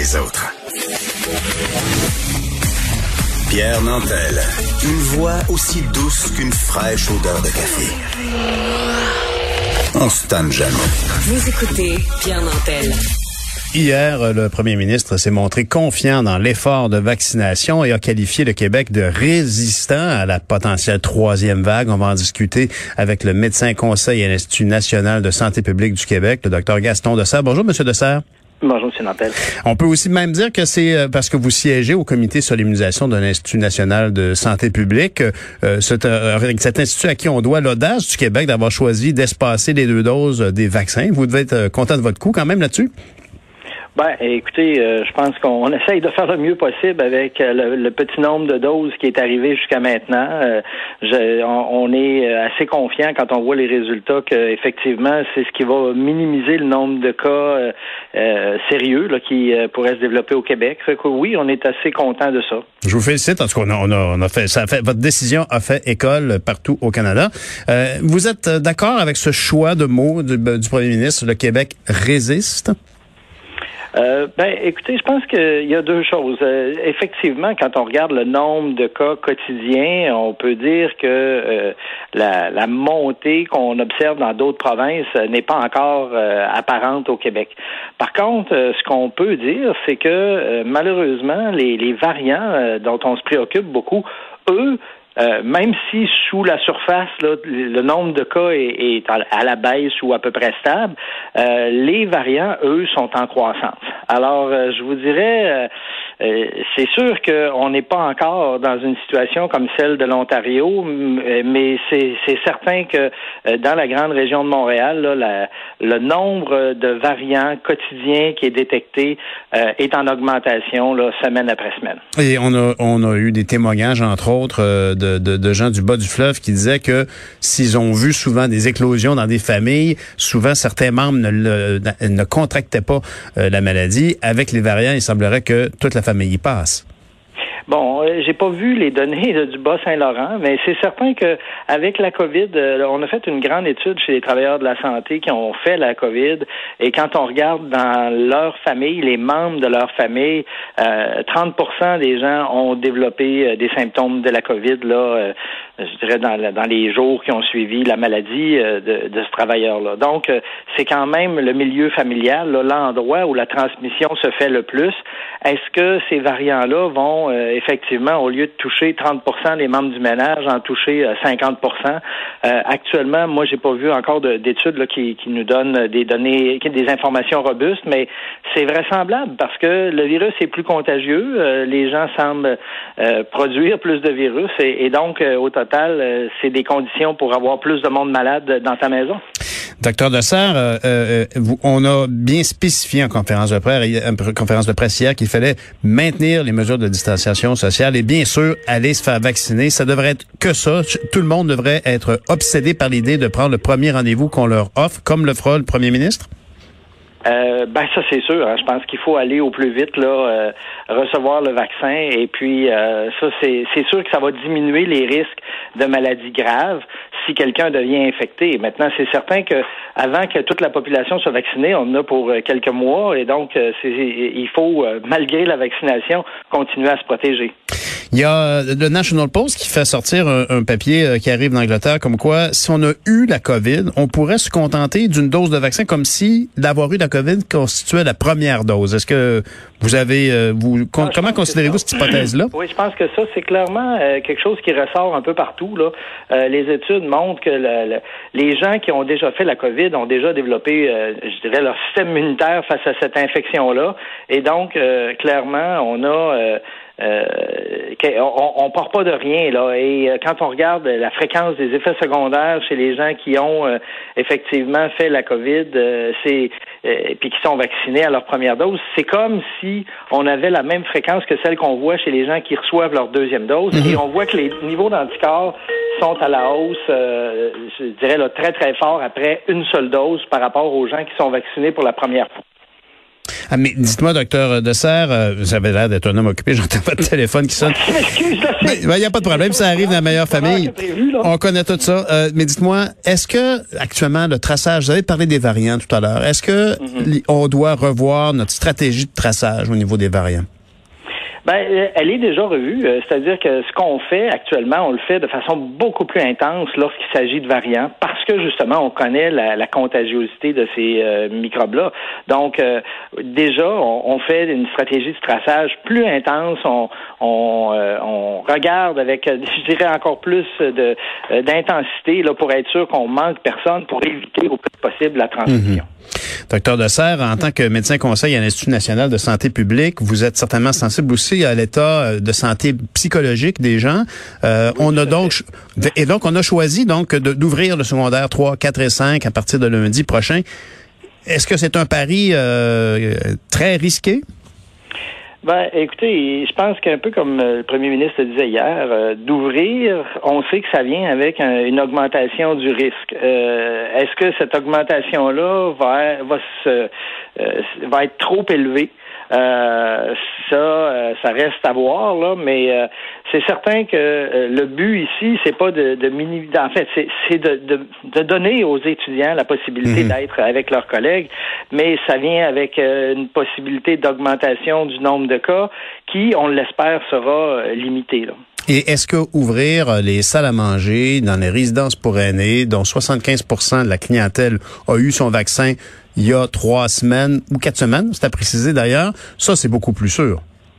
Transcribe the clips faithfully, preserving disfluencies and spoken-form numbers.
les autres. Pierre Nantel, une voix aussi douce qu'une fraîche odeur de café. On se tanne jamais. Vous écoutez Pierre Nantel. Hier, le premier ministre s'est montré confiant dans l'effort de vaccination et a qualifié le Québec de résistant à la potentielle troisième vague. On va en discuter avec le médecin conseil à l'Institut national de santé publique du Québec, le docteur Gaston Dessert. Bonjour, Monsieur Dessert. Bonjour, M. Nantel. On peut aussi même dire que c'est parce que vous siégez au comité sur l'immunisation de l'Institut national de santé publique. Euh, cet, euh, cet institut à qui on doit l'audace du Québec d'avoir choisi d'espacer les deux doses des vaccins. Vous devez être content de votre coup quand même là-dessus? Ben, écoutez, euh, je pense qu'on essaye de faire le mieux possible avec euh, le, le petit nombre de doses qui est arrivé jusqu'à maintenant. Euh, je, on, on est assez confiant quand on voit les résultats que effectivement, c'est ce qui va minimiser le nombre de cas euh, euh, sérieux là, qui euh, pourraient se développer au Québec. Fait que oui, on est assez content de ça. Je vous félicite. En tout cas, on a, on a, on a fait, ça a fait, votre décision a fait école partout au Canada. Euh, vous êtes d'accord avec ce choix de mots du, du premier ministre, le Québec résiste? Euh, ben, écoutez, je pense qu'il y a deux choses. Euh, effectivement, quand on regarde le nombre de cas quotidiens, on peut dire que euh, la, la montée qu'on observe dans d'autres provinces n'est pas encore euh, apparente au Québec. Par contre, euh, ce qu'on peut dire, c'est que euh, malheureusement, les, les variants euh, dont on se préoccupe beaucoup, eux, Euh, même si sous la surface, là, le nombre de cas est, est à la baisse ou à peu près stable, euh, les variants, eux, sont en croissance. Alors, euh, je vous dirais, euh, euh, c'est sûr qu'on n'est pas encore dans une situation comme celle de l'Ontario, mais c'est, c'est certain que euh, dans la grande région de Montréal, là, la, le nombre de variants quotidiens qui est détecté euh, est en augmentation là, semaine après semaine. Et on a, on a eu des témoignages, entre autres, euh, De, de, de gens du bas du fleuve qui disaient que s'ils ont vu souvent des éclosions dans des familles, souvent certains membres ne, le, ne contractaient pas euh, la maladie. Avec les variants, il semblerait que toute la famille y passe. Bon, euh, j'ai pas vu les données là, du Bas-Saint-Laurent, mais c'est certain que avec la COVID, euh, on a fait une grande étude chez les travailleurs de la santé qui ont fait la COVID, et quand on regarde dans leur famille, les membres de leur famille, euh, trente pour cent des gens ont développé euh, des symptômes de la COVID là, euh, je dirais dans, dans les jours qui ont suivi la maladie euh, de, de ce travailleur-là. Donc, euh, c'est quand même le milieu familial, là, l'endroit où la transmission se fait le plus. Est-ce que ces variants-là vont euh, effectivement, au lieu de toucher trente pour cent des membres du ménage, en toucher euh, cinquante pour cent? Euh, actuellement, moi, j'ai pas vu encore de, d'études là, qui, qui nous donnent des données, des informations robustes, mais c'est vraisemblable parce que le virus est plus contagieux. Euh, les gens semblent euh, produire plus de virus et, et donc, euh, au total, euh, c'est des conditions pour avoir plus de monde malade dans ta maison. Docteur Dessert, euh, euh, vous, on a bien spécifié en conférence de presse, en conférence de presse hier qu'il fallait maintenir les mesures de distanciation sociale et bien sûr aller se faire vacciner. Ça devrait être que ça. Tout le monde devrait être obsédé par l'idée de prendre le premier rendez-vous qu'on leur offre, comme le fera le premier ministre. Euh, ben ça c'est sûr. Hein. Je pense qu'il faut aller au plus vite là, euh, recevoir le vaccin et puis euh, ça c'est c'est sûr que ça va diminuer les risques de maladies graves si quelqu'un devient infecté. Maintenant c'est certain que avant que toute la population soit vaccinée, on en a pour quelques mois et donc c'est, il faut malgré la vaccination continuer à se protéger. Il y a le National Post qui fait sortir un, un papier qui arrive d'Angleterre comme quoi si on a eu la COVID, on pourrait se contenter d'une dose de vaccin comme si d'avoir eu la COVID constituait la première dose. Est-ce que vous avez, vous, ah, comment considérez-vous cette hypothèse-là? Oui, je pense que ça, c'est clairement euh, quelque chose qui ressort un peu partout, là. Euh, les études montrent que le, le, les gens qui ont déjà fait la COVID ont déjà développé, euh, je dirais, leur système immunitaire face à cette infection-là. Et donc, euh, clairement, on a... Euh, Euh, on, on part pas de rien là. Et euh, quand on regarde la fréquence des effets secondaires chez les gens qui ont euh, effectivement fait la COVID, euh, c'est euh, puis qui sont vaccinés à leur première dose, c'est comme si on avait la même fréquence que celle qu'on voit chez les gens qui reçoivent leur deuxième dose. Mm-hmm. Et on voit que les niveaux d'anticorps sont à la hausse, euh, je dirais là, très très fort après une seule dose par rapport aux gens qui sont vaccinés pour la première fois. Ah, mais dites-moi, docteur Dessert, euh, vous avez l'air d'être un homme occupé, j'entends votre téléphone qui sonne. Excuse, il n'y a pas de problème, ça arrive dans la meilleure famille. Prévu, on connaît tout ça. Euh, mais dites-moi, est-ce que actuellement le traçage, vous avez parlé des variants tout à l'heure, est-ce que mm-hmm. on doit revoir notre stratégie de traçage au niveau des variants? Ben, elle est déjà revue, c'est-à-dire que ce qu'on fait actuellement, on le fait de façon beaucoup plus intense lorsqu'il s'agit de variants, parce que justement, on connaît la, la contagiosité de ces euh, microbes-là. Donc, euh, déjà, on, on fait une stratégie de traçage plus intense, on, on, euh, on regarde avec, je dirais, encore plus de euh, d'intensité là pour être sûr qu'on manque personne pour éviter au plus possible la transmission. Mm-hmm. Docteur Dessert, en tant que médecin conseil à l'Institut national de santé publique, vous êtes certainement sensible aussi à l'état de santé psychologique des gens. Euh, oui, on a donc et donc on a choisi donc de, d'ouvrir le secondaire trois, quatre et cinq à partir de lundi prochain. Est-ce que c'est un pari euh, très risqué? Ben, écoutez, je pense qu'un peu comme le premier ministre le disait hier, euh, d'ouvrir, on sait que ça vient avec un, une augmentation du risque. Euh, est-ce que cette augmentation-là va, va, se, euh, va être trop élevée? Euh, ça, euh, ça reste à voir là, mais euh, c'est certain que euh, le but ici, c'est pas de, de mini, en fait, c'est, c'est de, de, de donner aux étudiants la possibilité mmh. d'être avec leurs collègues, mais ça vient avec euh, une possibilité d'augmentation du nombre de cas qui, on l'espère, sera euh, limité là. Et est-ce que ouvrir les salles à manger dans les résidences pour aînés, dont soixante-quinze pour cent de la clientèle a eu son vaccin il y a trois semaines ou quatre semaines, c'est à préciser d'ailleurs, ça c'est beaucoup plus sûr.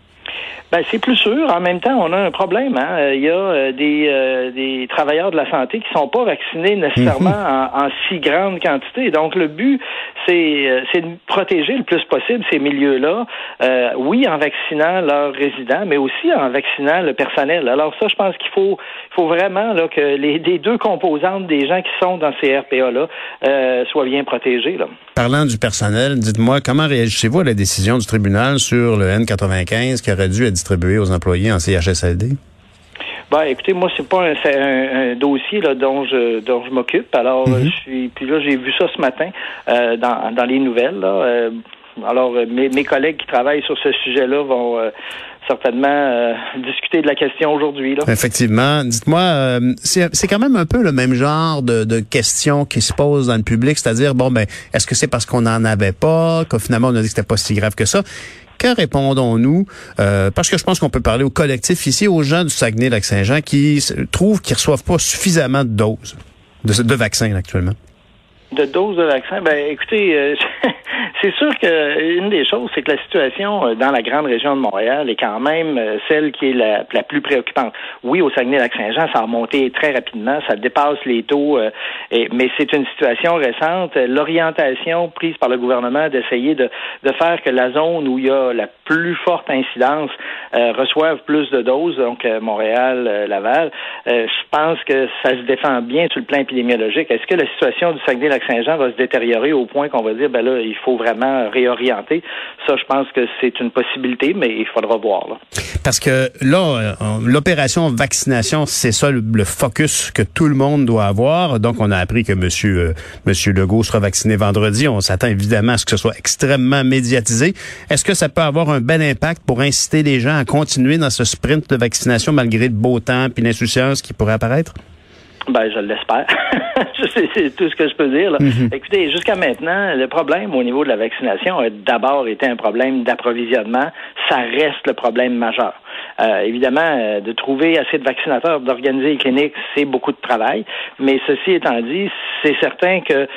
Ben, c'est plus sûr. En même temps, on a un problème. Hein? Il y a euh, des, euh, des travailleurs de la santé qui sont pas vaccinés nécessairement mm-hmm. en, en si grande quantité. Donc, le but, c'est, euh, c'est de protéger le plus possible ces milieux-là. Euh, oui, en vaccinant leurs résidents, mais aussi en vaccinant le personnel. Alors ça, je pense qu'il faut, il faut vraiment là, que les, les deux composantes des gens qui sont dans ces R P A-là euh, soient bien protégées. Là. Parlant du personnel, dites-moi, comment réagissez-vous à la décision du tribunal sur le N quatre-vingt-quinze qui aurait dû être distribué aux employés en C H S L D? Ben, écoutez, moi, c'est pas un, c'est un, un dossier là, dont je dont je m'occupe. Alors, mm-hmm. je suis. Puis là, j'ai vu ça ce matin euh, dans, dans les nouvelles. Là. Euh, alors, mes, mes collègues qui travaillent sur ce sujet-là vont euh, certainement euh, discuter de la question aujourd'hui. Là. Effectivement. Dites-moi, euh, c'est, c'est quand même un peu le même genre de, de questions qui se posent dans le public, c'est-à-dire, bon, ben, est-ce que c'est parce qu'on n'en avait pas, que finalement on a dit que c'était pas si grave que ça? Que répondons-nous? Euh, parce que je pense qu'on peut parler au collectif ici, aux gens du Saguenay-Lac-Saint-Jean qui trouvent qu'ils reçoivent pas suffisamment de doses de, de vaccins actuellement. De doses de vaccins? Ben, écoutez, euh, c'est sûr que une des choses, c'est que la situation dans la grande région de Montréal est quand même celle qui est la, la plus préoccupante. Oui, au Saguenay-Lac-Saint-Jean, ça a remonté très rapidement, ça dépasse les taux, euh, et, mais c'est une situation récente. L'orientation prise par le gouvernement d'essayer de, de faire que la zone où il y a la plus forte incidence euh, reçoive plus de doses, donc euh, Montréal, euh, Laval, euh, je pense que ça se défend bien sur le plan épidémiologique. Est-ce que la situation du Saguenay-Lac-Saint-Jean va se détériorer au point qu'on va dire, ben là, il faut vraiment réorienter? Ça, je pense que c'est une possibilité, mais il faudra voir. Là. Parce que là, l'opération vaccination, c'est ça le, le focus que tout le monde doit avoir. Donc, on a appris que Monsieur euh, Monsieur Legault sera vacciné vendredi. On s'attend évidemment à ce que ce soit extrêmement médiatisé. Est-ce que ça peut avoir un bel impact pour inciter les gens à continuer dans ce sprint de vaccination malgré le beau temps et l'insouciance qui pourrait apparaître? Ben, je l'espère. c'est, c'est tout ce que je peux dire. Là. Mm-hmm. Écoutez, jusqu'à maintenant, le problème au niveau de la vaccination a d'abord été un problème d'approvisionnement. Ça reste le problème majeur. Euh, évidemment, euh, de trouver assez de vaccinateurs, d'organiser les cliniques, c'est beaucoup de travail. Mais ceci étant dit, c'est certain que, euh,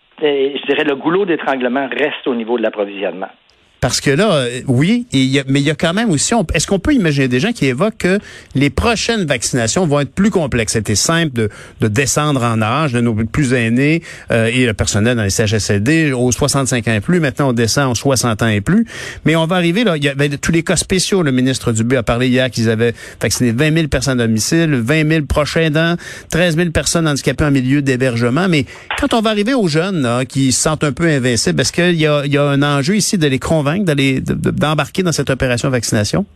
je dirais, le goulot d'étranglement reste au niveau de l'approvisionnement. Parce que là, oui, et il y a, mais il y a quand même aussi, on, est-ce qu'on peut imaginer des gens qui évoquent que les prochaines vaccinations vont être plus complexes? C'était simple de, de descendre en âge de nos plus aînés euh, et le personnel dans les C H S L D aux soixante-cinq ans et plus. Maintenant, on descend aux soixante ans et plus. Mais on va arriver, là, il y avait tous les cas spéciaux. Le ministre Dubé a parlé hier qu'ils avaient vacciné vingt mille personnes à domicile, vingt mille proches aidants, treize mille personnes handicapées en milieu d'hébergement. Mais quand on va arriver aux jeunes là, qui se sentent un peu invincibles, est-ce qu'il y a, il y a un enjeu ici de les convaincre D'aller, d'embarquer dans cette opération vaccination?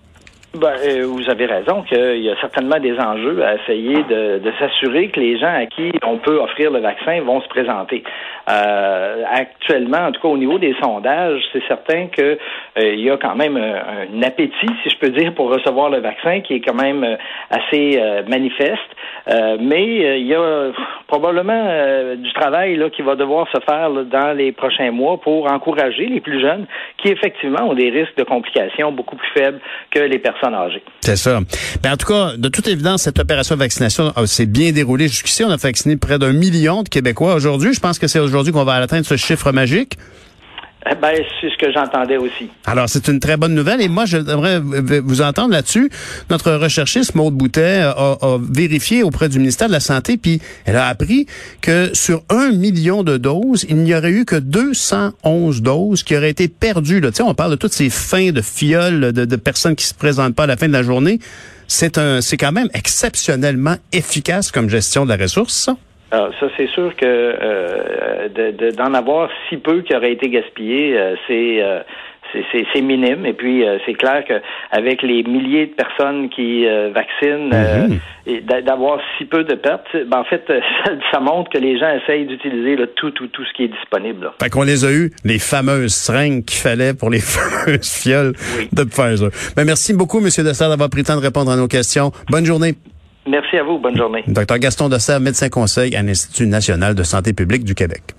Ben, euh, vous avez raison qu'il y a certainement des enjeux à essayer de, de s'assurer que les gens à qui on peut offrir le vaccin vont se présenter. Euh, actuellement, en tout cas au niveau des sondages, c'est certain que euh, il y a quand même un, un appétit, si je peux dire, pour recevoir le vaccin qui est quand même assez euh, manifeste. Euh, mais euh, il y a probablement euh, du travail là qui va devoir se faire là, dans les prochains mois pour encourager les plus jeunes qui effectivement ont des risques de complications beaucoup plus faibles que les personnes âgées. C'est ça. Ben, en tout cas, de toute évidence, cette opération de vaccination s'est bien déroulée jusqu'ici. On a vacciné près d'un million de Québécois aujourd'hui. Je pense que c'est aujourd'hui qu'on va atteindre ce chiffre magique. Ben, c'est ce que j'entendais aussi. Alors, c'est une très bonne nouvelle. Et moi, j'aimerais vous entendre là-dessus. Notre recherchiste, Maude Boutet, a, a vérifié auprès du ministère de la Santé, puis elle a appris que sur un million de doses, il n'y aurait eu que deux cent onze doses qui auraient été perdues. Là. Tu sais, on parle de toutes ces fins de fioles, de, de personnes qui se présentent pas à la fin de la journée. C'est un, c'est quand même exceptionnellement efficace comme gestion de la ressource, ça. Alors, ça, c'est sûr que euh, de, de, d'en avoir si peu qui aurait été gaspillé, euh, c'est, euh, c'est, c'est, c'est minime. Et puis, euh, c'est clair qu'avec les milliers de personnes qui euh, vaccinent, mm-hmm. euh, et d'avoir si peu de pertes, ben, en fait, ça, ça montre que les gens essayent d'utiliser là, tout, tout, tout ce qui est disponible. Là. Fait qu'on les a eu, les fameuses seringues qu'il fallait pour les fameuses fioles oui. de Pfizer. Ben, merci beaucoup, M. Dessert, d'avoir pris le temps de répondre à nos questions. Bonne journée. Merci à vous. Bonne journée. Docteur Gaston Dessert, médecin conseil à l'Institut national de santé publique du Québec.